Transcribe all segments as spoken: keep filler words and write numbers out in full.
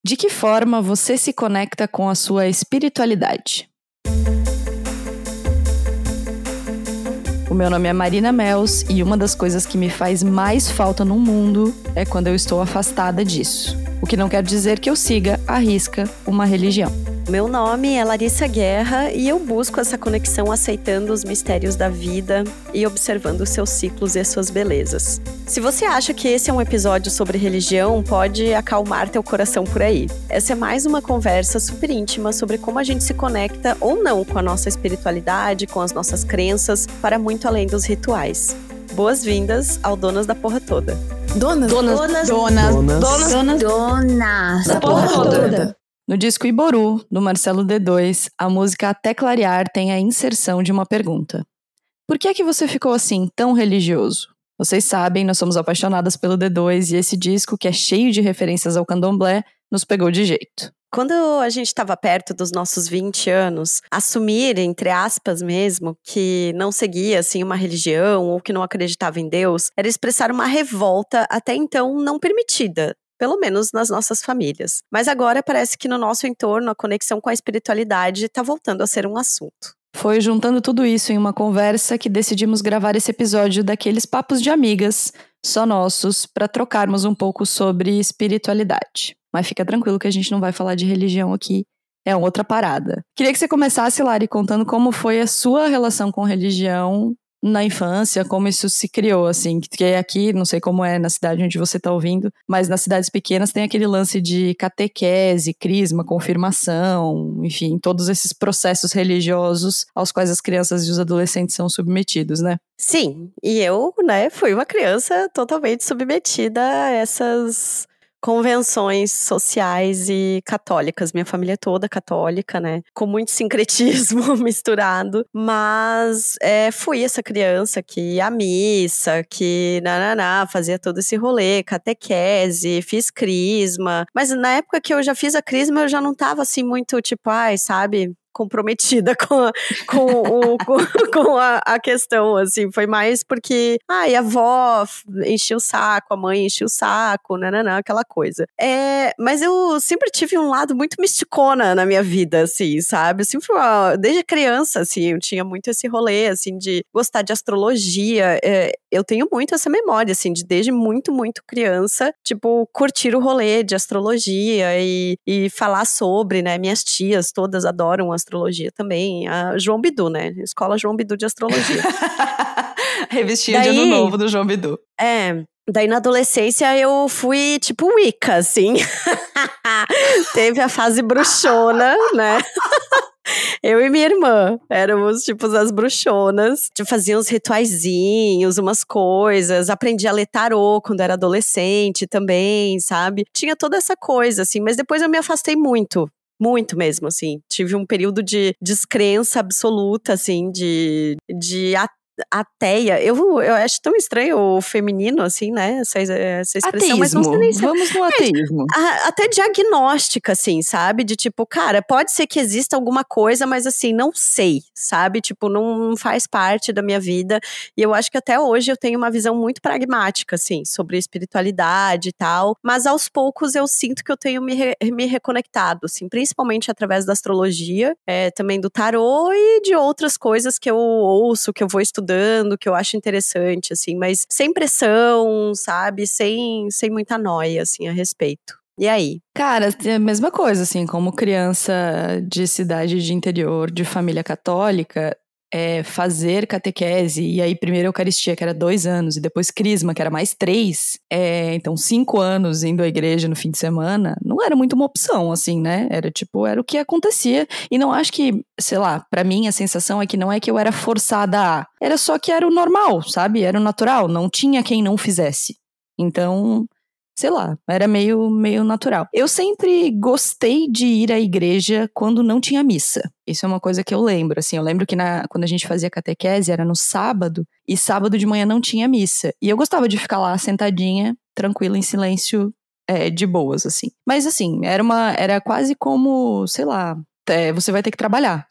De que forma você se conecta com a sua espiritualidade? O meu nome é Marina Mels e uma das coisas que me faz mais falta no mundo é quando eu estou afastada disso. O que não quer dizer que eu siga, à risca, uma religião. Meu nome é Larissa Guerra e eu busco essa conexão aceitando os mistérios da vida e observando os seus ciclos e as suas belezas. Se você acha que esse é um episódio sobre religião, pode acalmar teu coração por aí. Essa é mais uma conversa super íntima sobre como a gente se conecta ou não com a nossa espiritualidade, com as nossas crenças, para muito além dos rituais. Boas-vindas ao Donas da Porra Toda. Donas, donas, donas, donas, donas, donas, donas, donas da porra toda. No disco Iboru, do Marcelo D dois, a música Até Clarear tem a inserção de uma pergunta. Por que é que você ficou assim, tão religioso? Vocês sabem, nós somos apaixonadas pelo D dois e esse disco, que é cheio de referências ao candomblé, nos pegou de jeito. Quando a gente estava perto dos nossos vinte anos, assumir, entre aspas mesmo, que não seguia assim, uma religião ou que não acreditava em Deus, era expressar uma revolta até então não permitida. Pelo menos nas nossas famílias. Mas agora parece que no nosso entorno a conexão com a espiritualidade está voltando a ser um assunto. Foi juntando tudo isso em uma conversa que decidimos gravar esse episódio daqueles papos de amigas, só nossos, para trocarmos um pouco sobre espiritualidade. Mas fica tranquilo que a gente não vai falar de religião aqui, é outra parada. Queria que você começasse, Lari, contando como foi a sua relação com religião na infância, como isso se criou, assim, que aqui, não sei como é na cidade onde você tá ouvindo, mas nas cidades pequenas tem aquele lance de catequese, crisma, confirmação, enfim, todos esses processos religiosos aos quais as crianças e os adolescentes são submetidos, né? Sim, e eu, né, fui uma criança totalmente submetida a essas convenções sociais e católicas. Minha família é toda católica, né? Com muito sincretismo misturado. Mas é, fui essa criança que ia à missa, que nananá, fazia todo esse rolê, catequese, fiz crisma. Mas na época que eu já fiz a crisma, eu já não tava assim muito tipo, ai, sabe... comprometida com, a, com, o, com, com a, a questão, assim, foi mais porque, ai, a avó enchia o saco, a mãe enchia o saco, nananã, aquela coisa. É, mas eu sempre tive um lado muito misticona na minha vida, assim, sabe? Eu sempre fui uma, desde criança, assim, eu tinha muito esse rolê, assim, de gostar de astrologia. É, eu tenho muito essa memória, assim, de desde muito, muito criança, tipo, curtir o rolê de astrologia e, e falar sobre, né? Minhas tias todas adoram astrologia também. A João Bidu, né? Escola João Bidu de Astrologia. Revistinha Daí, de ano novo do João Bidu. É... Daí na adolescência eu fui tipo Wicca, assim. Teve a fase bruxona, né? Eu e minha irmã éramos tipo as bruxonas. Tipo, fazia uns rituaizinhos, umas coisas. Aprendi a ler tarô quando era adolescente também, sabe? Tinha toda essa coisa, assim. Mas depois eu me afastei muito. Muito mesmo, assim. Tive um período de descrença absoluta, assim, de, de ateia. Eu, eu acho tão estranho o feminino, assim, né? Essa, essa expressão. Ateísmo. Mas não sei nem se... Vamos no ateísmo. É, até diagnóstica, assim, sabe? De tipo, cara, pode ser que exista alguma coisa, mas assim, não sei, sabe? Tipo, não faz parte da minha vida. E eu acho que até hoje eu tenho uma visão muito pragmática, assim, sobre espiritualidade e tal. Mas aos poucos eu sinto que eu tenho me, re, me reconectado, assim, principalmente através da astrologia, é, também do tarô e de outras coisas que eu ouço, que eu vou estudando, que eu acho interessante, assim, mas sem pressão, sabe? Sem, sem muita noia, assim, a respeito. E aí? Cara, é a mesma coisa, assim, como criança de cidade de interior, de família católica, é, fazer catequese, e aí primeiro Eucaristia, que era dois anos, e depois Crisma, que era mais três, é, então cinco anos indo à igreja no fim de semana, não era muito uma opção, assim, né? Era tipo, era o que acontecia, e não acho que, sei lá, pra mim a sensação é que não é que eu era forçada a, era só que era o normal, sabe? Era o natural, não tinha quem não fizesse. Então... sei lá, era meio, meio natural. Eu sempre gostei de ir à igreja quando não tinha missa. Isso é uma coisa que eu lembro, assim. Eu lembro que na, quando a gente fazia catequese era no sábado, e sábado de manhã não tinha missa. E eu gostava de ficar lá sentadinha, tranquila, em silêncio, é, de boas, assim. Mas assim, era, uma, era quase como, sei lá, é, você vai ter que trabalhar, sabe?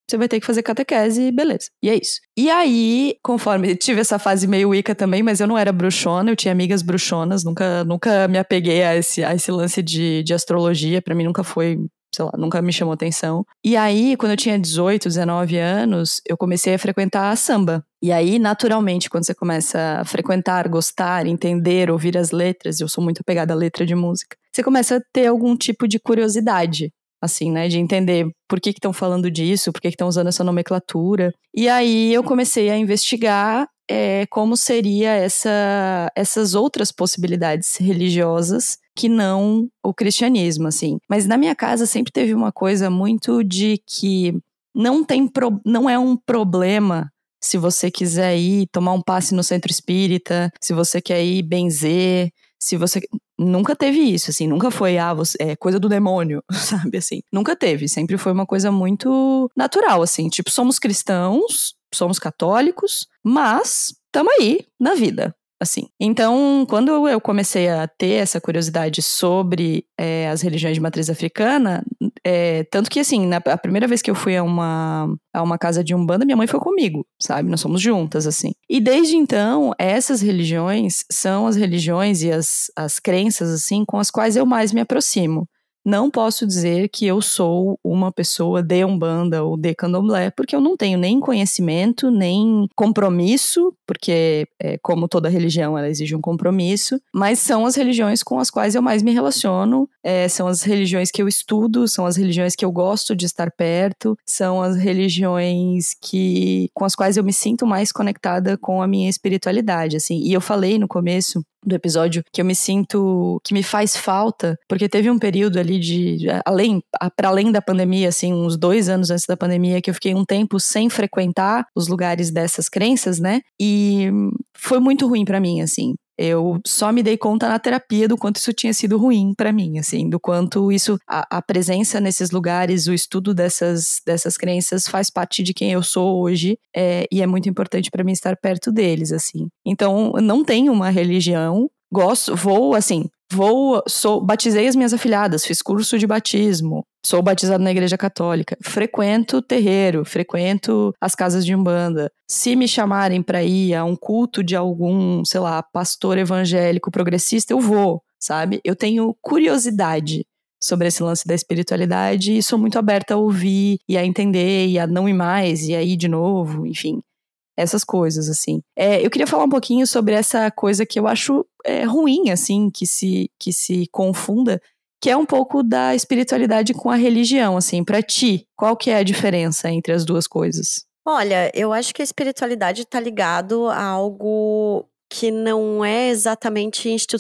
você vai ter que fazer catequese e beleza. E é isso. E aí, conforme tive essa fase meio Wicca também, mas eu não era bruxona, eu tinha amigas bruxonas, nunca, nunca me apeguei a esse, a esse lance de, de astrologia, pra mim nunca foi, sei lá, nunca me chamou atenção. E aí, quando eu tinha dezoito, dezenove anos, eu comecei a frequentar samba. E aí, naturalmente, quando você começa a frequentar, gostar, entender, ouvir as letras, eu sou muito apegada à letra de música, você começa a ter algum tipo de curiosidade, assim, né, de entender por que estão falando disso, por que estão usando essa nomenclatura. E aí eu comecei a investigar é, como seria essa, essas outras possibilidades religiosas que não o cristianismo, assim. Mas na minha casa sempre teve uma coisa muito de que não tem pro, não é um problema se você quiser ir tomar um passe no centro espírita, se você quer ir benzer, se você... Nunca teve isso, assim, nunca foi, ah, você, é coisa do demônio, sabe, assim. Nunca teve, sempre foi uma coisa muito natural, assim, tipo, somos cristãos, somos católicos, mas tamo aí na vida, assim. Então, quando eu comecei a ter essa curiosidade sobre é, as religiões de matriz africana, é, tanto que, assim, na, a primeira vez que eu fui a uma, a uma casa de umbanda, minha mãe foi comigo, sabe? Nós somos juntas, assim. E desde então, essas religiões são as religiões e as, as crenças, assim, com as quais eu mais me aproximo. Não posso dizer que eu sou uma pessoa de umbanda ou de candomblé, porque eu não tenho nem conhecimento, nem compromisso, porque, é, como toda religião, ela exige um compromisso, mas são as religiões com as quais eu mais me relaciono, é, são as religiões que eu estudo, são as religiões que eu gosto de estar perto, são as religiões que, com as quais eu me sinto mais conectada com a minha espiritualidade, assim. E eu falei no começo do episódio que eu me sinto, que me faz falta, porque teve um período ali de, além, para além da pandemia, assim, uns dois anos antes da pandemia, que eu fiquei um tempo sem frequentar os lugares dessas crenças, né, e foi muito ruim pra mim, assim. Eu só me dei conta na terapia do quanto isso tinha sido ruim pra mim, assim, do quanto isso, a, a presença nesses lugares, o estudo dessas, dessas crenças faz parte de quem eu sou hoje, é, e é muito importante pra mim estar perto deles, assim. Então, eu não tenho uma religião, gosto, vou, assim, vou, sou, batizei as minhas afilhadas, fiz curso de batismo, sou batizado na igreja católica, frequento terreiro, frequento as casas de umbanda. Se me chamarem para ir a um culto de algum, sei lá, pastor evangélico progressista, eu vou, sabe? Eu tenho curiosidade sobre esse lance da espiritualidade e sou muito aberta a ouvir e a entender e a não ir mais e a ir de novo, enfim. Essas coisas, assim. É, eu queria falar um pouquinho sobre essa coisa que eu acho é, ruim, assim, que se, que se confunda, que é um pouco da espiritualidade com a religião, assim. Pra ti, qual que é a diferença entre as duas coisas? Olha, eu acho que a espiritualidade tá ligado a algo que não é exatamente institu-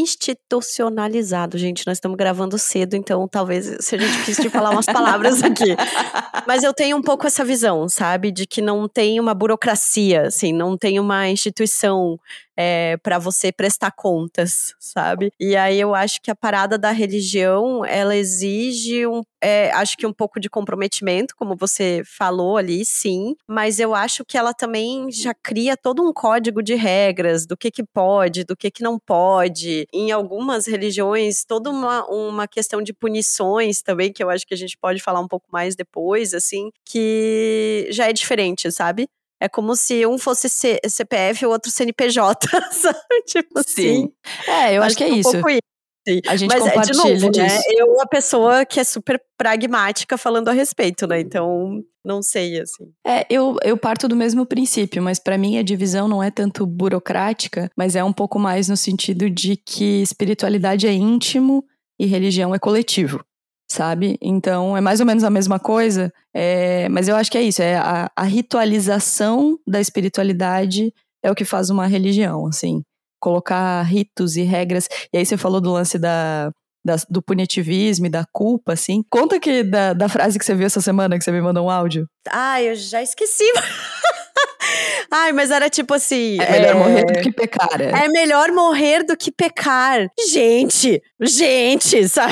institucionalizado, gente. Nós estamos gravando cedo, então talvez seja difícil de falar umas palavras aqui. Mas eu tenho um pouco essa visão, sabe? De que não tem uma burocracia, assim, não tem uma instituição é, para você prestar contas, sabe? E aí eu acho que a parada da religião, ela exige um, é, acho que um pouco de comprometimento, como você falou ali, sim. Mas eu acho que ela também já cria todo um código de regras do que que pode, do que que não pode. Em algumas religiões, toda uma, uma questão de punições também, que eu acho que a gente pode falar um pouco mais depois, assim, que já é diferente, sabe? É como se um fosse C- CPF e o outro C N P J, sabe? Tipo Sim. assim. É, eu acho que é um isso. pouco isso. Sim. A gente Mas, é, de novo, compartilha né? disso. Eu, a pessoa que é super pragmática falando a respeito, né? Então, não sei, assim. É, eu, eu parto do mesmo princípio, mas pra mim a divisão não é tanto burocrática, mas é um pouco mais no sentido de que espiritualidade é íntimo e religião é coletivo, sabe? Então é mais ou menos a mesma coisa, é, mas eu acho que é isso, é a, a ritualização da espiritualidade é o que faz uma religião, assim. Colocar ritos e regras. E aí você falou do lance da... Da, do punitivismo e da culpa, assim. Conta que da, da frase que você viu essa semana, que você me mandou um áudio. Ai, eu já esqueci. Ai, mas era tipo assim... É melhor é... morrer do que pecar. É, é melhor morrer do que pecar. Gente, gente, sabe?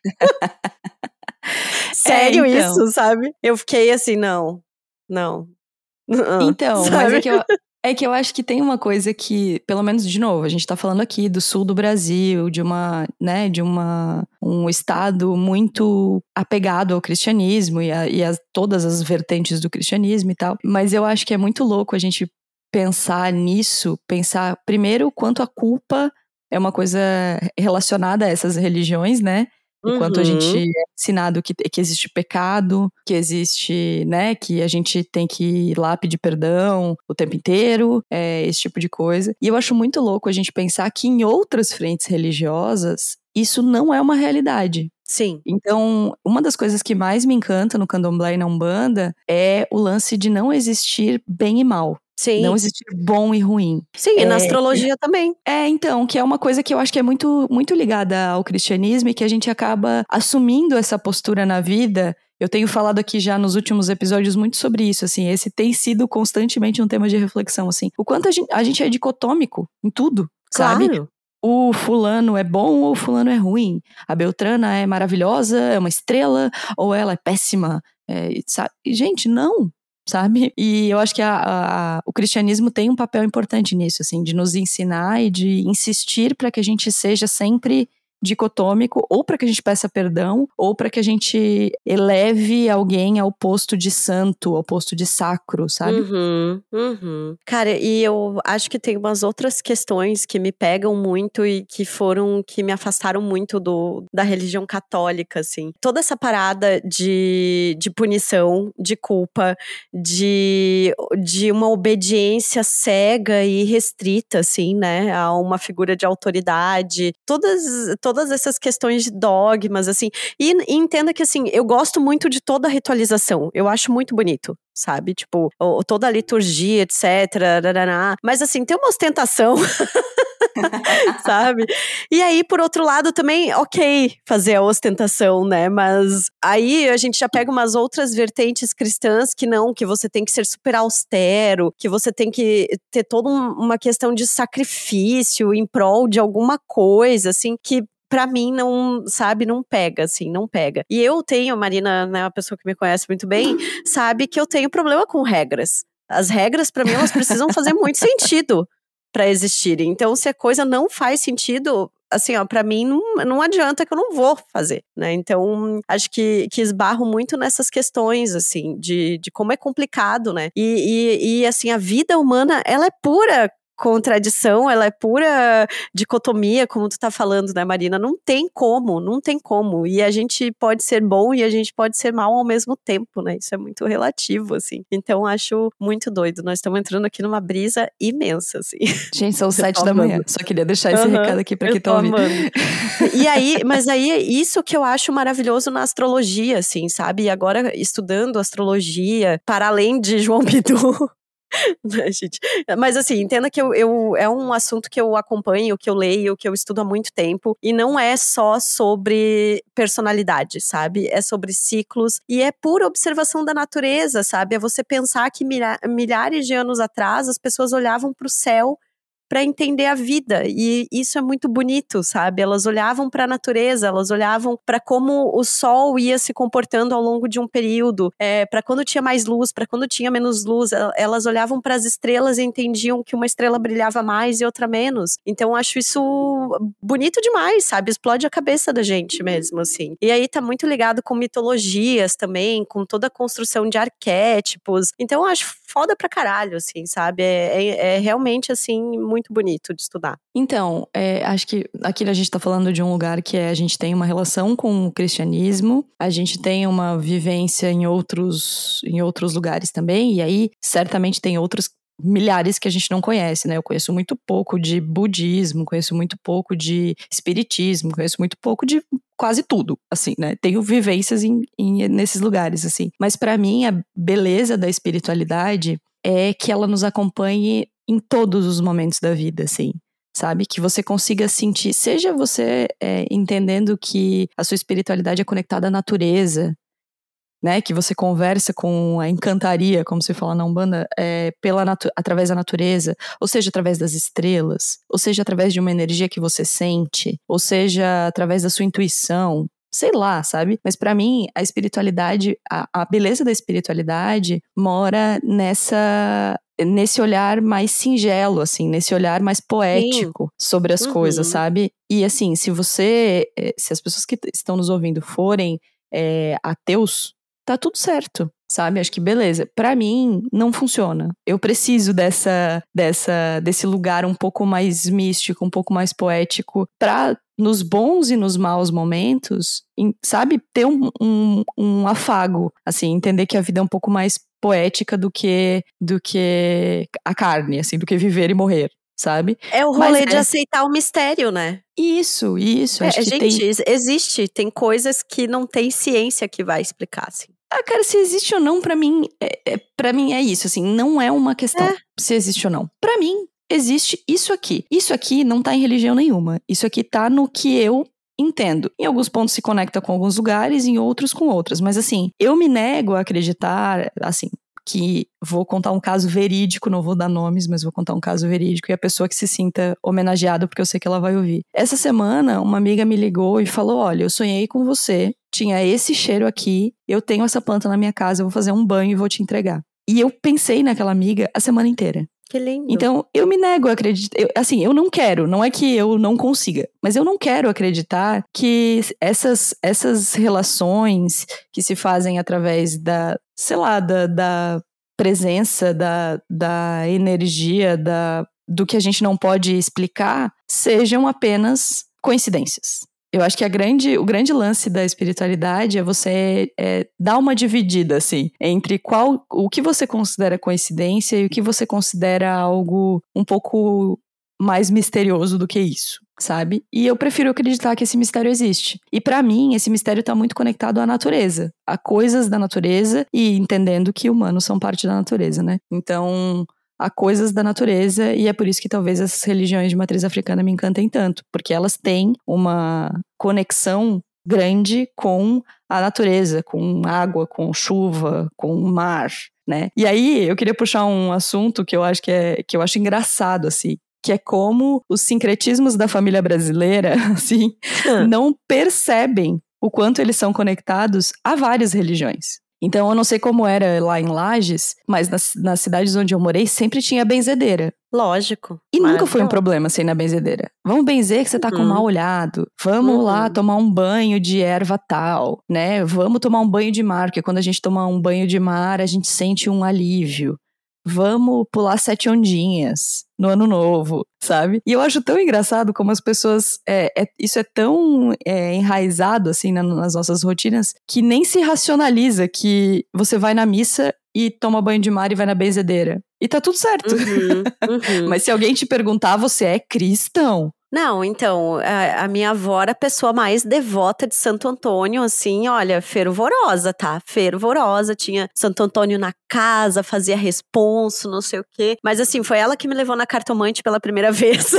Sério é, então, isso, sabe? Eu fiquei assim, não, não, não, então, mas sabe? é que eu, É que eu acho que tem uma coisa que, pelo menos de novo, a gente tá falando aqui do sul do Brasil, de uma, né, de uma, um estado muito apegado ao cristianismo e a, e a todas as vertentes do cristianismo e tal. Mas eu acho que é muito louco a gente pensar nisso, pensar primeiro quanto a culpa é uma coisa relacionada a essas religiões, né? O quanto a gente Uhum. é ensinado que, que existe pecado, que existe, né, que a gente tem que ir lá pedir perdão o tempo inteiro, é, esse tipo de coisa. E eu acho muito louco a gente pensar que em outras frentes religiosas isso não é uma realidade. Sim. Então, uma das coisas que mais me encanta no candomblé e na umbanda é o lance de não existir bem e mal. Sim. Não existir bom e ruim. Sim, e é, na astrologia também. É, então, que é uma coisa que eu acho que é muito, muito ligada ao cristianismo e que a gente acaba assumindo essa postura na vida. Eu tenho falado aqui já nos últimos episódios muito sobre isso, assim, esse tem sido constantemente um tema de reflexão, assim. O quanto a gente, a gente é dicotômico em tudo, sabe? Claro. O fulano é bom ou o fulano é ruim. A Beltrana é maravilhosa, é uma estrela, ou ela é péssima. É, sabe? Gente, não, sabe? E eu acho que a, a, o cristianismo tem um papel importante nisso, assim, de nos ensinar e de insistir para que a gente seja sempre dicotômico, ou para que a gente peça perdão, ou para que a gente eleve alguém ao posto de santo, ao posto de sacro, sabe? Uhum, uhum. Cara, e eu acho que tem umas outras questões que me pegam muito e que foram, que me afastaram muito do, da religião católica, assim. Toda essa parada de, de punição, de culpa, de, de uma obediência cega e restrita, assim, né, a uma figura de autoridade. Todas, todas essas questões de dogmas, assim. E, e entenda que, assim, eu gosto muito de toda a ritualização. Eu acho muito bonito, sabe? Tipo, toda a liturgia, etcétera. Mas assim, tem uma ostentação, sabe? E aí, por outro lado, também, ok, fazer a ostentação, né? Mas aí a gente já pega umas outras vertentes cristãs que não, que você tem que ser super austero, que você tem que ter toda um, uma questão de sacrifício em prol de alguma coisa, assim, que pra mim não, sabe, não pega, assim, não pega. E eu tenho, a Marina, né, uma pessoa que me conhece muito bem, sabe que eu tenho problema com regras. As regras, pra mim, elas precisam fazer muito sentido pra existirem. Então, se a coisa não faz sentido, assim, ó, pra mim não, não adianta que eu não vou fazer, né? Então, acho que, que esbarro muito nessas questões, assim, de, de como é complicado, né? E, e, e, assim, a vida humana, ela é pura contradição, ela é pura dicotomia, como tu tá falando, né, Marina? Não tem como, não tem como. E a gente pode ser bom e a gente pode ser mal ao mesmo tempo, né? Isso é muito relativo, assim. Então, acho muito doido. Nós estamos entrando aqui numa brisa imensa, assim. Gente, são sete da manhã. Só queria deixar esse uhum, recado aqui pra quem tá ouvindo. E aí, mas aí, isso que eu acho maravilhoso na astrologia, assim, sabe? E agora, estudando astrologia, para além de João Bidu, né, gente? Mas assim, entenda que eu, eu, é um assunto que eu acompanho, que eu leio, que eu estudo há muito tempo, e não é só sobre personalidade, sabe? É sobre ciclos, e é pura observação da natureza, sabe? É você pensar que milha- milhares de anos atrás as pessoas olhavam para o céu para entender a vida, e isso é muito bonito, sabe? Elas olhavam para a natureza, elas olhavam para como o sol ia se comportando ao longo de um período, é, para quando tinha mais luz, para quando tinha menos luz, elas olhavam para as estrelas e entendiam que uma estrela brilhava mais e outra menos. Então acho isso bonito demais, sabe? Explode a cabeça da gente mesmo, assim. E aí tá muito ligado com mitologias também, com toda a construção de arquétipos. Então eu acho foda pra caralho, assim, sabe? É, é, é realmente, assim, muito bonito de estudar. Então, é, acho que aqui a gente tá falando de um lugar que é, a gente tem uma relação com o cristianismo, a gente tem uma vivência em outros, em outros lugares também, e aí certamente tem outros milhares que a gente não conhece, né? Eu conheço muito pouco de budismo, conheço muito pouco de espiritismo, conheço muito pouco de quase tudo, assim, né? Tenho vivências em, em, nesses lugares, assim. Mas para mim, a beleza da espiritualidade é que ela nos acompanhe em todos os momentos da vida, assim. Sabe? Que você consiga sentir, seja você é, entendendo que a sua espiritualidade é conectada à natureza, né, que você conversa com a encantaria, como se fala na Umbanda, é, pela natu- através da natureza, ou seja, através das estrelas, ou seja, através de uma energia que você sente, ou seja, através da sua intuição, sei lá, sabe? Mas pra mim, a espiritualidade, a, a beleza da espiritualidade mora nessa... nesse olhar mais singelo, assim, nesse olhar mais poético Sim. sobre as uhum. coisas, sabe? E assim, se você, se as pessoas que estão nos ouvindo forem é, ateus, tá tudo certo, sabe? Acho que beleza. Pra mim, não funciona. Eu preciso dessa, dessa, desse lugar um pouco mais místico, um pouco mais poético, pra, nos bons e nos maus momentos, sabe? Ter um, um, um afago, assim, entender que a vida é um pouco mais poética do que, do que a carne, assim, do que viver e morrer, sabe? É o rolê Mas de é... aceitar o mistério, né? Isso, isso. É, acho que gente, tem... existe, tem coisas que não tem ciência que vai explicar, assim. Ah, cara, se existe ou não, pra mim, é, é, pra mim é isso, assim, não é uma questão é. se existe ou não. Pra mim, existe isso aqui. Isso aqui não tá em religião nenhuma. Isso aqui tá no que eu entendo. Em alguns pontos se conecta com alguns lugares, em outros com outros. Mas assim, eu me nego a acreditar, assim, que vou contar um caso verídico, não vou dar nomes, mas vou contar um caso verídico e a pessoa que se sinta homenageada, porque eu sei que ela vai ouvir. Essa semana, uma amiga me ligou e falou, olha, eu sonhei com você, tinha esse cheiro aqui, eu tenho essa planta na minha casa, eu vou fazer um banho e vou te entregar. E eu pensei naquela amiga a semana inteira. Que lindo. Então, eu me nego a acreditar. Eu, assim, eu não quero, não é que eu não consiga, mas eu não quero acreditar que essas, essas relações que se fazem através da, sei lá, da, da presença, da, da energia, da, do que a gente não pode explicar, sejam apenas coincidências. Eu acho que a grande, o grande lance da espiritualidade é você é, dar uma dividida, assim, entre qual, o que você considera coincidência e o que você considera algo um pouco mais misterioso do que isso, sabe? E eu prefiro acreditar que esse mistério existe. E pra mim, esse mistério tá muito conectado à natureza, a coisas da natureza e entendendo que humanos são parte da natureza, né? Então... a coisas da natureza, e é por isso que talvez essas religiões de matriz africana me encantem tanto, porque elas têm uma conexão grande com a natureza, com água, com chuva, com o mar, né? E aí, eu queria puxar um assunto que eu acho que é, que eu acho engraçado, assim, que é como os sincretismos da família brasileira, assim, não percebem o quanto eles são conectados a várias religiões. Então, eu não sei como era lá em Lages, mas nas, nas cidades onde eu morei, sempre tinha benzedeira. Lógico. E nunca foi um problema sem ir na benzedeira. Vamos benzer que você tá uhum. com mal olhado. Vamos uhum. lá tomar um banho de erva tal, né? Vamos tomar um banho de mar, porque quando a gente toma um banho de mar, a gente sente um alívio. Vamos pular sete ondinhas no ano novo, sabe? E eu acho tão engraçado como as pessoas... É, é, isso é tão é, enraizado, assim, na, nas nossas rotinas, que nem se racionaliza que você vai na missa e toma banho de mar e vai na benzedeira. E tá tudo certo. Uhum, uhum. Mas se alguém te perguntar, você é cristão? Não, então, a, a minha avó era a pessoa mais devota de Santo Antônio, assim, olha, fervorosa, tá? Fervorosa, tinha Santo Antônio na casa, fazia responso, não sei o quê. Mas assim, foi ela que me levou na cartomante pela primeira vez.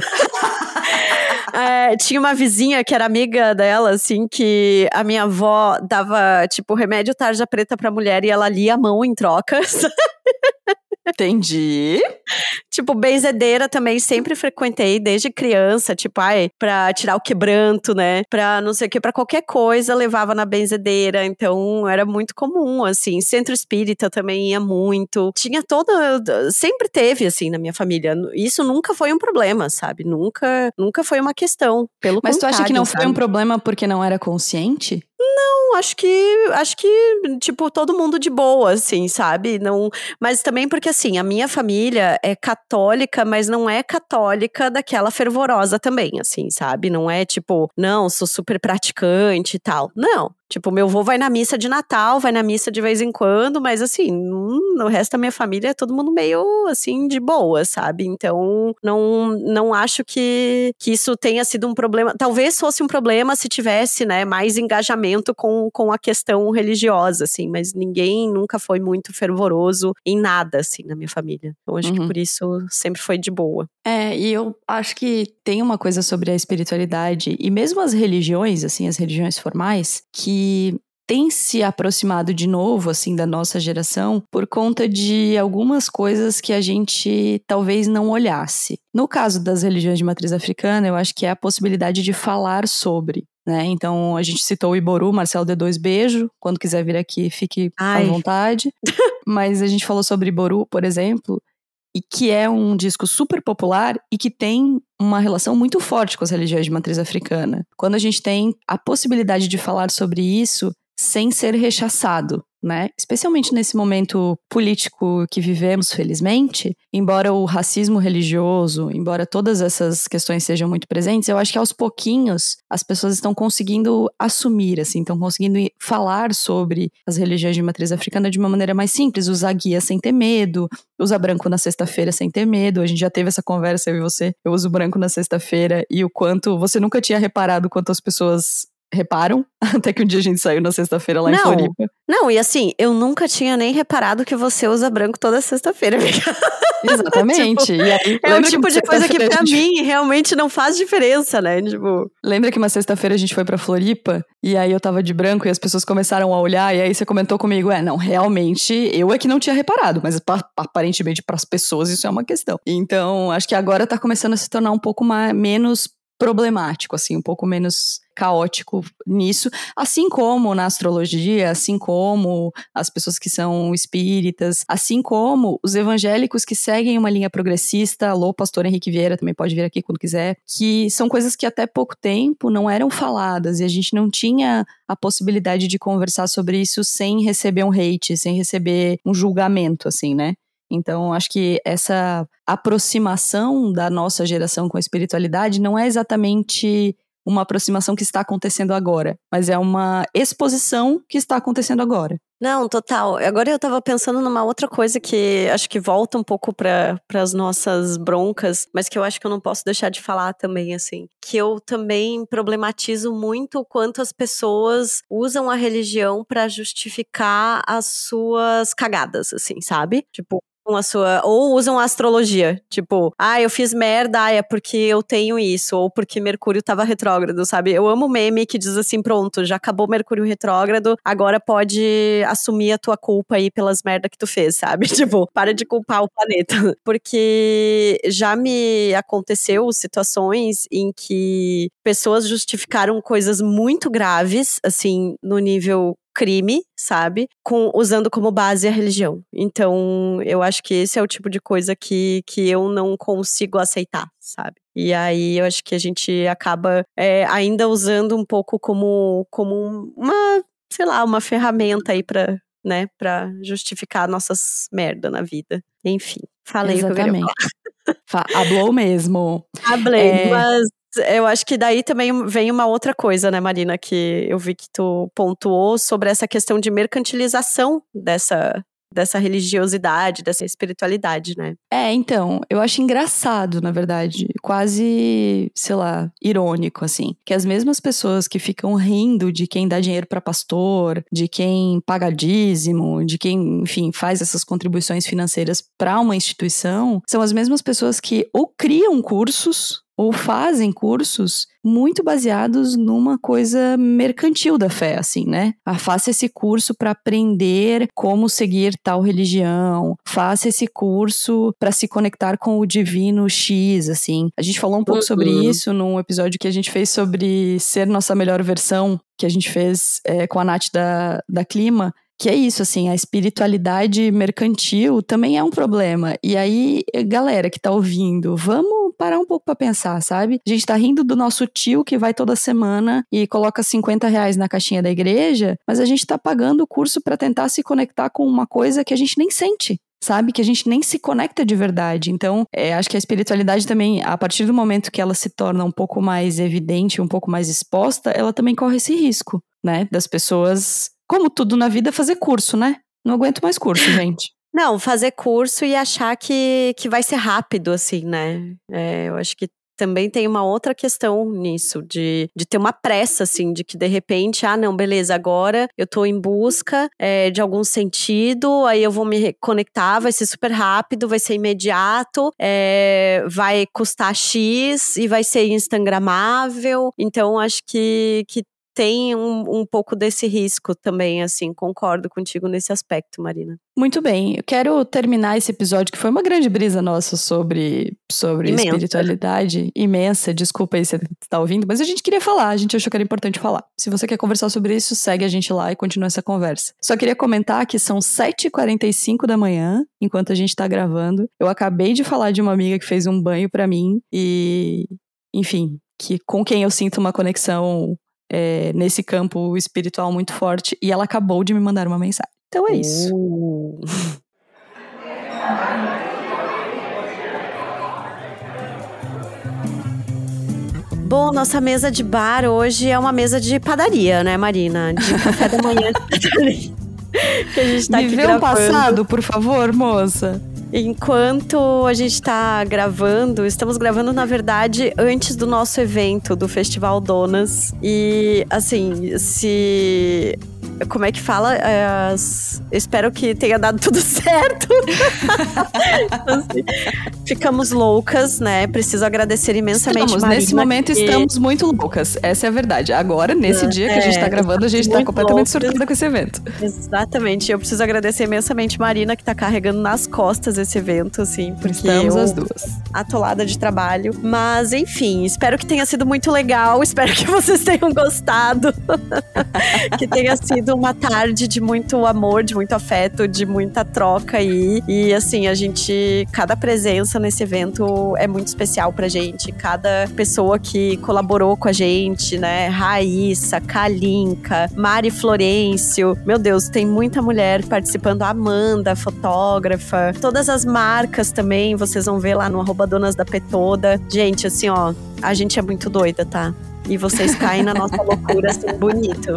É, tinha uma vizinha que era amiga dela, assim, que a minha avó dava, tipo, remédio tarja preta pra mulher e ela lia a mão em trocas. Entendi. Tipo, benzedeira também sempre frequentei desde criança, tipo, ai, pra tirar o quebranto, né? Pra não sei o que, pra qualquer coisa levava na benzedeira, então era muito comum, assim. Centro espírita também ia muito. Tinha toda, sempre teve, assim, na minha família. Isso nunca foi um problema, sabe? Nunca, nunca foi uma questão, pelo Mas contrário. Mas tu acha que não sabe? foi um problema porque não era consciente? Não, acho que, acho que, tipo, todo mundo de boa, assim, sabe? Não, mas também porque, assim, a minha família é católica, mas não é católica daquela fervorosa também, assim, sabe? Não é, tipo, não, sou super praticante e tal. Não. Tipo, meu avô vai na missa de Natal, vai na missa de vez em quando, mas assim, no resto da minha família é todo mundo meio, assim, de boa, sabe? Então, não, não acho que, que isso tenha sido um problema. Talvez fosse um problema se tivesse, né, mais engajamento com, com a questão religiosa, assim, mas ninguém nunca foi muito fervoroso em nada, assim, na minha família. Então, acho uhum. que por isso sempre foi de boa. É, e eu acho que tem uma coisa sobre a espiritualidade, e mesmo as religiões, assim, as religiões formais, que tem se aproximado de novo, assim, da nossa geração, por conta de algumas coisas que a gente talvez não olhasse. No caso das religiões de matriz africana, eu acho que é a possibilidade de falar sobre. né? Então, a gente citou o Iboru, Marcelo D dois, beijo. Quando quiser vir aqui, fique Ai. à vontade. Mas a gente falou sobre Iboru, por exemplo, e que é um disco super popular e que tem uma relação muito forte com as religiões de matriz africana. Quando a gente tem a possibilidade de falar sobre isso sem ser rechaçado, né? Especialmente nesse momento político que vivemos, felizmente, embora o racismo religioso, embora todas essas questões sejam muito presentes, eu acho que aos pouquinhos as pessoas estão conseguindo assumir, assim, estão conseguindo falar sobre as religiões de matriz africana de uma maneira mais simples, usar guia sem ter medo, usar branco na sexta-feira sem ter medo. A gente já teve essa conversa, eu e você, eu uso branco na sexta-feira, e o quanto você nunca tinha reparado quanto as pessoas reparam, até que um dia a gente saiu na sexta-feira lá não, em Floripa. Não, e assim, eu nunca tinha nem reparado que você usa branco toda sexta-feira. Exatamente. Tipo, e aí, é o tipo de coisa que pra gente... mim realmente não faz diferença, né? Tipo... Lembra que uma sexta-feira a gente foi pra Floripa, e aí eu tava de branco e as pessoas começaram a olhar, e aí você comentou comigo, é, não, realmente, eu é que não tinha reparado, mas aparentemente pras pessoas isso é uma questão. Então, acho que agora tá começando a se tornar um pouco mais, menos problemático, assim, um pouco menos caótico nisso, assim como na astrologia, assim como as pessoas que são espíritas, assim como os evangélicos que seguem uma linha progressista. Alô, pastor Henrique Vieira, também pode vir aqui quando quiser, que são coisas que até pouco tempo não eram faladas e a gente não tinha a possibilidade de conversar sobre isso sem receber um hate, sem receber um julgamento, assim, né? Então, acho que essa aproximação da nossa geração com a espiritualidade não é exatamente uma aproximação que está acontecendo agora, mas é uma exposição que está acontecendo agora. Não, total. Agora eu tava pensando numa outra coisa que acho que volta um pouco para as nossas broncas, mas que eu acho que eu não posso deixar de falar também, assim. Que eu também problematizo muito o quanto as pessoas usam a religião para justificar as suas cagadas, assim, sabe? Tipo, a sua, ou usam a astrologia, tipo, ah, eu fiz merda, ah, é porque eu tenho isso, ou porque Mercúrio tava retrógrado, sabe? Eu amo meme que diz assim, pronto, já acabou Mercúrio retrógrado, agora pode assumir a tua culpa aí pelas merda que tu fez, sabe? Tipo, para de culpar o planeta. Porque já me aconteceu situações em que pessoas justificaram coisas muito graves, assim, no nível crime, sabe? Com, usando como base a religião. Então, eu acho que esse é o tipo de coisa que, que eu não consigo aceitar, sabe? E aí, eu acho que a gente acaba é, ainda usando um pouco como, como uma, sei lá, uma ferramenta aí pra, né, pra justificar nossas merda na vida. Enfim, falei Exatamente. o que eu queria falar. Hablou mesmo. Hablei, é... mas... eu acho que daí também vem uma outra coisa, né, Marina, que eu vi que tu pontuou sobre essa questão de mercantilização dessa, dessa religiosidade, dessa espiritualidade, né? É, então, eu acho engraçado, na verdade, quase, sei lá, irônico, assim, que as mesmas pessoas que ficam rindo de quem dá dinheiro para pastor, de quem paga dízimo, de quem, enfim, faz essas contribuições financeiras para uma instituição, são as mesmas pessoas que ou criam cursos ou fazem cursos muito baseados numa coisa mercantil da fé, assim, né? Ah, faça esse curso para aprender como seguir tal religião, faça esse curso para se conectar com o divino X, assim. A gente falou um pouco uhum. sobre isso num episódio que a gente fez sobre ser nossa melhor versão, que a gente fez é, com a Nath da, da Clima. Que é isso, assim, a espiritualidade mercantil também é um problema. E aí, galera que tá ouvindo, vamos parar um pouco pra pensar, sabe? A gente tá rindo do nosso tio que vai toda semana e coloca cinquenta reais na caixinha da igreja, mas a gente tá pagando o curso pra tentar se conectar com uma coisa que a gente nem sente. Sabe? Que a gente nem se conecta de verdade. Então, é, acho que a espiritualidade também, a partir do momento que ela se torna um pouco mais evidente, um pouco mais exposta, ela também corre esse risco, né? Das pessoas, como tudo na vida, fazer curso, né? Não aguento mais curso, gente. Não, fazer curso e achar que, que vai ser rápido, assim, né? É, eu acho que também tem uma outra questão nisso, de, de ter uma pressa, assim, de que de repente, ah, não, beleza, agora eu tô em busca é, de algum sentido, aí eu vou me conectar, vai ser super rápido, vai ser imediato, é, vai custar X e vai ser instagramável. Então, acho que, que tem um, um pouco desse risco também, assim, concordo contigo nesse aspecto, Marina. Muito bem, eu quero terminar esse episódio, que foi uma grande brisa nossa sobre, sobre espiritualidade, imensa, desculpa aí se você tá ouvindo, mas a gente queria falar, a gente achou que era importante falar. Se você quer conversar sobre isso, segue a gente lá e continua essa conversa. Só queria comentar que são sete e quarenta e cinco da manhã, enquanto a gente tá gravando. Eu acabei de falar de uma amiga que fez um banho pra mim e, enfim, que com quem eu sinto uma conexão é, nesse campo espiritual muito forte, e ela acabou de me mandar uma mensagem. Então é isso. Uh. Bom, nossa mesa de bar hoje é uma mesa de padaria, né, Marina? De café da manhã. Que a gente tá Me aqui vê gravando. um passado, por favor, moça. Enquanto a gente tá gravando, estamos gravando, na verdade, antes do nosso evento, do Festival Donas. E, assim, se... Como é que fala? É, as... Espero que tenha dado tudo certo. Assim, ficamos loucas, né? Preciso agradecer imensamente, estamos, Marina. Nesse momento que... estamos muito loucas. Essa é a verdade. Agora, nesse é, dia que a gente tá gravando, a gente tá completamente surtada com esse evento. Exatamente. Eu preciso agradecer imensamente Marina, que tá carregando nas costas esse evento, assim. Porque estamos eu... as duas. Atolada de trabalho. Mas, enfim, espero que tenha sido muito legal. Espero que vocês tenham gostado. Que tenha sido uma tarde de muito amor, de muito afeto, de muita troca aí. E assim, a gente, cada presença nesse evento é muito especial pra gente. Cada pessoa que colaborou com a gente, né? Raíssa, Kalinka, Mari Florencio. Meu Deus, tem muita mulher participando. Amanda, fotógrafa. Todas as marcas também, vocês vão ver lá no arroba Donas da Petoda. Gente, assim, ó, a gente é muito doida, tá? E vocês caem na nossa loucura, assim, bonito.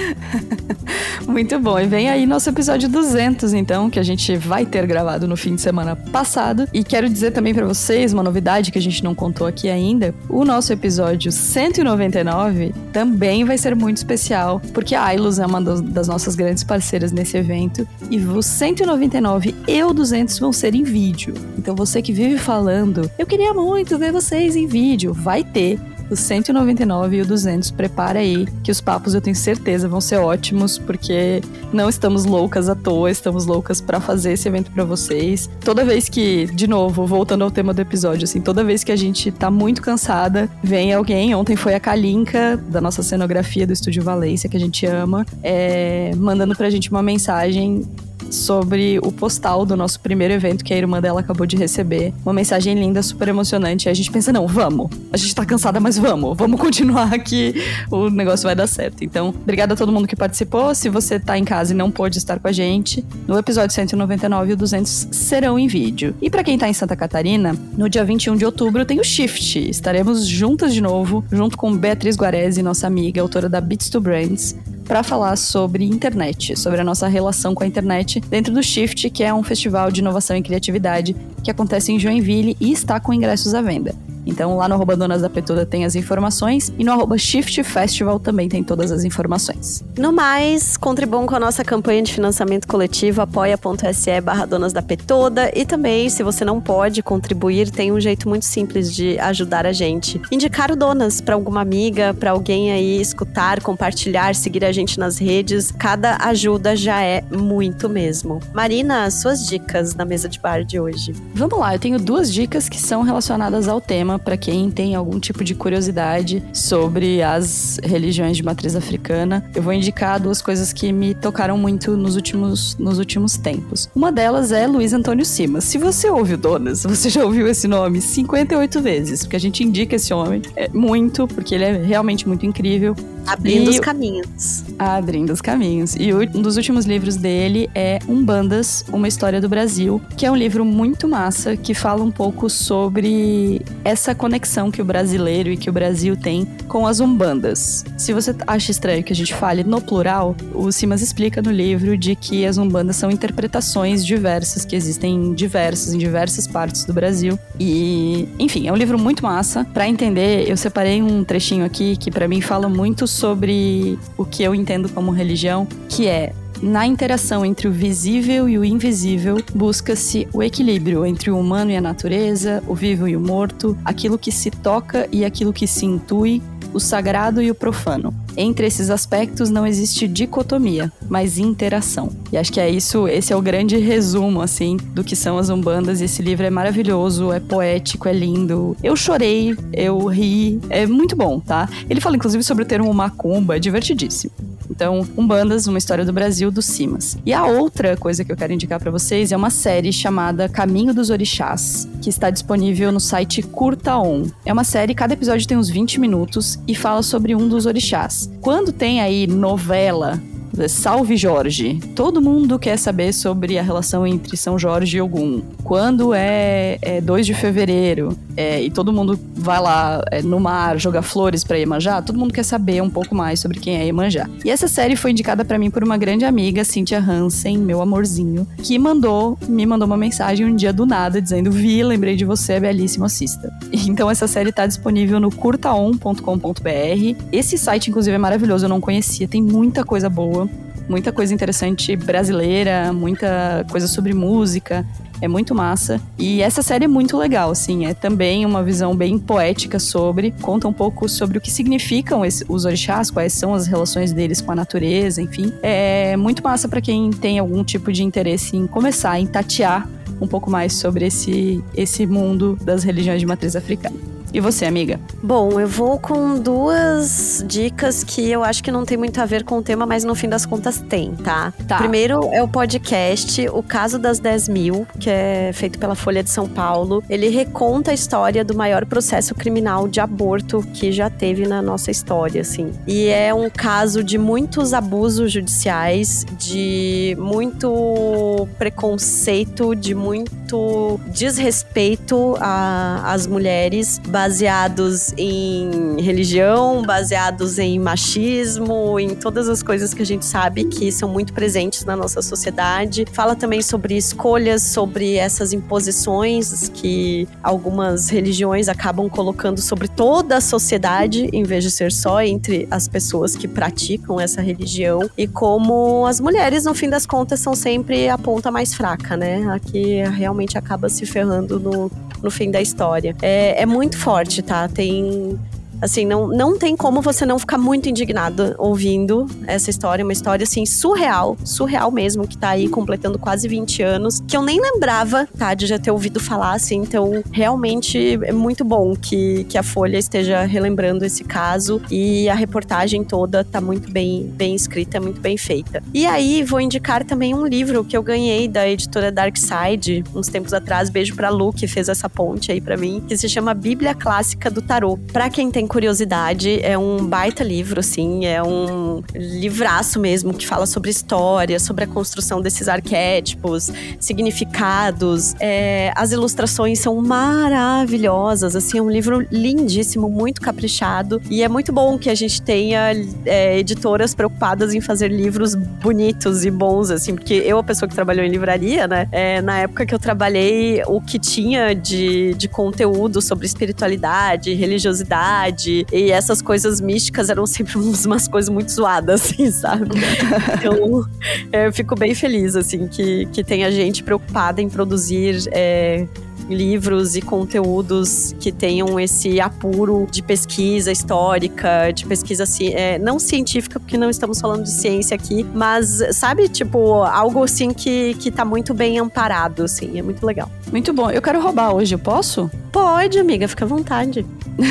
Muito bom. E vem aí nosso episódio duzentos, então, que a gente vai ter gravado no fim de semana passado. E quero dizer também pra vocês uma novidade que a gente não contou aqui ainda. O nosso episódio cento e noventa e nove também vai ser muito especial, porque a Ailus é uma das nossas grandes parceiras nesse evento. E o cento e noventa e nove e o duzentos vão ser em vídeo. Então você que vive falando, eu queria muito ver vocês em vídeo, vai ter. O cento e noventa e nove e o duzentos, prepara aí, que os papos eu tenho certeza vão ser ótimos, porque não estamos loucas à toa, estamos loucas pra fazer esse evento pra vocês. Toda vez que, de novo, voltando ao tema do episódio, assim, toda vez que a gente tá muito cansada, vem alguém, ontem foi a Kalinka, da nossa cenografia do Estúdio Valência, que a gente ama, é, mandando pra gente uma mensagem sobre o postal do nosso primeiro evento que a irmã dela acabou de receber. Uma mensagem linda, super emocionante. E a gente pensa, não, vamos. A gente tá cansada, mas vamos. Vamos continuar aqui. O negócio vai dar certo. Então, obrigada a todo mundo que participou. Se você tá em casa e não pôde estar com a gente, no episódio cento e noventa e nove e o duzentos serão em vídeo. E pra quem tá em Santa Catarina, no dia vinte e um de outubro tem o Shift. Estaremos juntas de novo, junto com Beatriz Guarese, nossa amiga, autora da Beats to Brands, para falar sobre internet, sobre a nossa relação com a internet dentro do Shift, que é um festival de inovação e criatividade que acontece em Joinville e está com ingressos à venda. Então lá no arroba Donas da Petoda tem as informações e no arroba Shift Festival também tem todas as informações. No mais, contribuam com a nossa campanha de financiamento coletivo apoia.se barra Donas da Petoda e também, se você não pode contribuir, tem um jeito muito simples de ajudar a gente. Indicar o Donas para alguma amiga, para alguém aí escutar, compartilhar, seguir a gente nas redes. Cada ajuda já é muito mesmo. Marina, suas dicas na mesa de bar de hoje. Vamos lá, eu tenho duas dicas que são relacionadas ao tema para quem tem algum tipo de curiosidade sobre as religiões de matriz africana. Eu vou indicar duas coisas que me tocaram muito nos últimos, nos últimos tempos. Uma delas é Luiz Antônio Simas. Se você ouve o Donas, você já ouviu esse nome cinquenta e oito vezes, porque a gente indica esse homem é, muito, porque ele é realmente muito incrível. Abrindo e... os caminhos. Abrindo os caminhos. E um dos últimos livros dele é Umbandas, Uma História do Brasil, que é um livro muito massa, que fala um pouco sobre essa conexão que o brasileiro e que o Brasil tem com as umbandas. Se você acha estranho que a gente fale no plural, o Simas explica no livro de que as umbandas são interpretações diversas, que existem em diversas, em diversas partes do Brasil. E, enfim, é um livro muito massa. Pra entender, eu separei um trechinho aqui que pra mim fala muito sobre o que eu entendo como religião, que é: na interação entre o visível e o invisível, busca-se o equilíbrio entre o humano e a natureza, o vivo e o morto, aquilo que se toca e aquilo que se intui, o sagrado e o profano. Entre esses aspectos não existe dicotomia, mas interação. E acho que é isso, esse é o grande resumo, assim, do que são as umbandas. E esse livro é maravilhoso, é poético, é lindo. Eu chorei, eu ri, é muito bom, tá? Ele fala, inclusive, sobre o termo macumba, é divertidíssimo. Então, Umbandas, uma história do Brasil, do Simas. E a outra coisa que eu quero indicar pra vocês é uma série chamada Caminho dos Orixás, que está disponível no site Curta On. É uma série, cada episódio tem uns vinte minutos e fala sobre um dos orixás. Quando tem aí novela, Salve Jorge, todo mundo quer saber sobre a relação entre São Jorge e Ogum. Quando é, é dois de fevereiro é, e todo mundo vai lá é, no mar jogar flores pra Iemanjá, todo mundo quer saber um pouco mais sobre quem é Iemanjá. E essa série foi indicada pra mim por uma grande amiga, Cynthia Hansen, meu amorzinho, que mandou, me mandou uma mensagem um dia do nada dizendo: Vi, lembrei de você, é belíssimo, assista. Então essa série tá disponível no curtaon ponto com ponto b r. Esse site, inclusive, é maravilhoso, eu não conhecia, tem muita coisa boa. Muita coisa interessante brasileira, muita coisa sobre música, é muito massa. E essa série é muito legal, assim, é também uma visão bem poética sobre, conta um pouco sobre o que significam esse, os orixás, quais são as relações deles com a natureza, enfim. É muito massa para quem tem algum tipo de interesse em começar, em tatear um pouco mais sobre esse, esse mundo das religiões de matriz africana. E você, amiga? Bom, eu vou com duas dicas que eu acho que não tem muito a ver com o tema, mas no fim das contas tem, tá? Tá. Primeiro é o podcast O Caso das dez mil, que é feito pela Folha de São Paulo. Ele reconta a história do maior processo criminal de aborto que já teve na nossa história, assim. E é um caso de muitos abusos judiciais, de muito preconceito, de muito desrespeito às mulheres, baseados em religião, baseados em machismo, em todas as coisas que a gente sabe que são muito presentes na nossa sociedade. Fala também sobre escolhas, sobre essas imposições que algumas religiões acabam colocando sobre toda a sociedade, em vez de ser só entre as pessoas que praticam essa religião, e como as mulheres, no fim das contas, são sempre a ponta mais fraca, né? A que realmente acaba se ferrando no, no fim da história. É, é muito forte, tá? Tem... Assim, não, não tem como você não ficar muito indignado ouvindo essa história. Uma história, assim, surreal. Surreal mesmo, que tá aí completando quase vinte anos. Que eu nem lembrava, tá? De já ter ouvido falar, assim. Então, realmente é muito bom que, que a Folha esteja relembrando esse caso. E a reportagem toda tá muito bem, bem escrita, muito bem feita. E aí, vou indicar também um livro que eu ganhei da editora Dark Side, uns tempos atrás. Beijo pra Lu, que fez essa ponte aí pra mim. Que se chama Bíblia Clássica do Tarô. Pra quem tem curiosidade, é um baita livro, assim, é um livraço mesmo, que fala sobre história, sobre a construção desses arquétipos, significados, é, as ilustrações são maravilhosas, assim, é um livro lindíssimo, muito caprichado, e é muito bom que a gente tenha é, editoras preocupadas em fazer livros bonitos e bons, assim, porque eu, a pessoa que trabalhou em livraria, né, é, na época que eu trabalhei, o que tinha de, de conteúdo sobre espiritualidade, religiosidade, e essas coisas místicas eram sempre umas coisas muito zoadas, assim, sabe? Então, é, eu fico bem feliz, assim, que, que tenha gente preocupada em produzir é, livros e conteúdos que tenham esse apuro de pesquisa histórica, de pesquisa é, não científica, porque não estamos falando de ciência aqui, mas, sabe, tipo, algo assim que, que tá muito bem amparado, assim, é muito legal. Muito bom. Eu quero roubar hoje, eu posso? Pode, amiga, fica à vontade.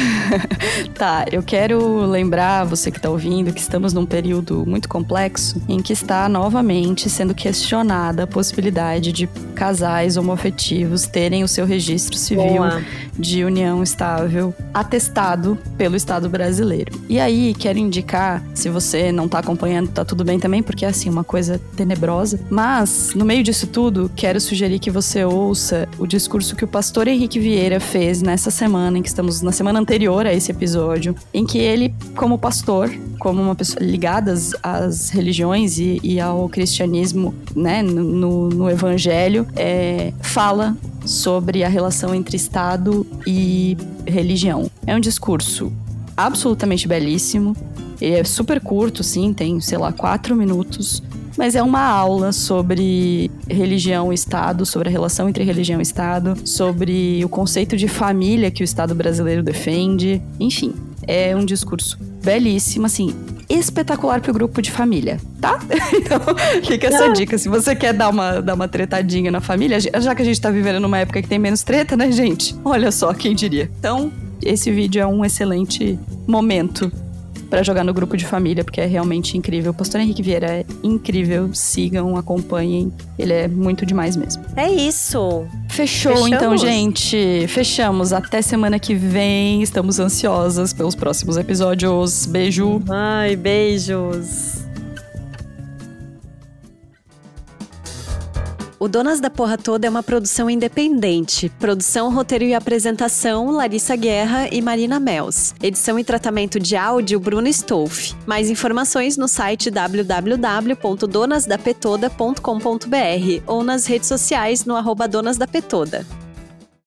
Tá, eu quero lembrar você que tá ouvindo que estamos num período muito complexo em que está novamente sendo questionada a possibilidade de casais homoafetivos terem o seu registro civil Boa. de união estável atestado pelo Estado brasileiro. E aí, quero indicar, se você não tá acompanhando, tá tudo bem também, porque é assim, uma coisa tenebrosa, mas no meio disso tudo, quero sugerir que você ouça o discurso que o pastor Henrique Vieira fez nessa semana, em que estamos na semana anterior a esse episódio, em que ele, como pastor, como uma pessoa ligada às, às religiões e, e ao cristianismo, né, no, no evangelho, é, fala sobre a relação entre Estado e religião. É um discurso absolutamente belíssimo, é super curto, sim, tem, sei lá, quatro minutos, mas é uma aula sobre religião e Estado, sobre a relação entre religião e Estado, sobre o conceito de família que o Estado brasileiro defende. Enfim, é um discurso belíssimo, assim, espetacular pro grupo de família, tá? Então, fica essa ah. dica. Se você quer dar uma, dar uma tretadinha na família, já que a gente tá vivendo numa época que tem menos treta, né, gente? Olha só, quem diria. Então, esse vídeo é um excelente momento pra jogar no grupo de família, porque é realmente incrível. O pastor Henrique Vieira é incrível. Sigam, acompanhem. Ele é muito demais mesmo. É isso. Fechou, Fechamos. Então, gente. Fechamos. Até semana que vem. Estamos ansiosas pelos próximos episódios. Beijo. Ai, beijos. O Donas da Porra Toda é uma produção independente. Produção, roteiro e apresentação, Larissa Guerra e Marina Mels. Edição e tratamento de áudio, Bruno Stolf. Mais informações no site w w w ponto donas da petoda ponto com ponto b r ou nas redes sociais no arroba Donas da Petoda.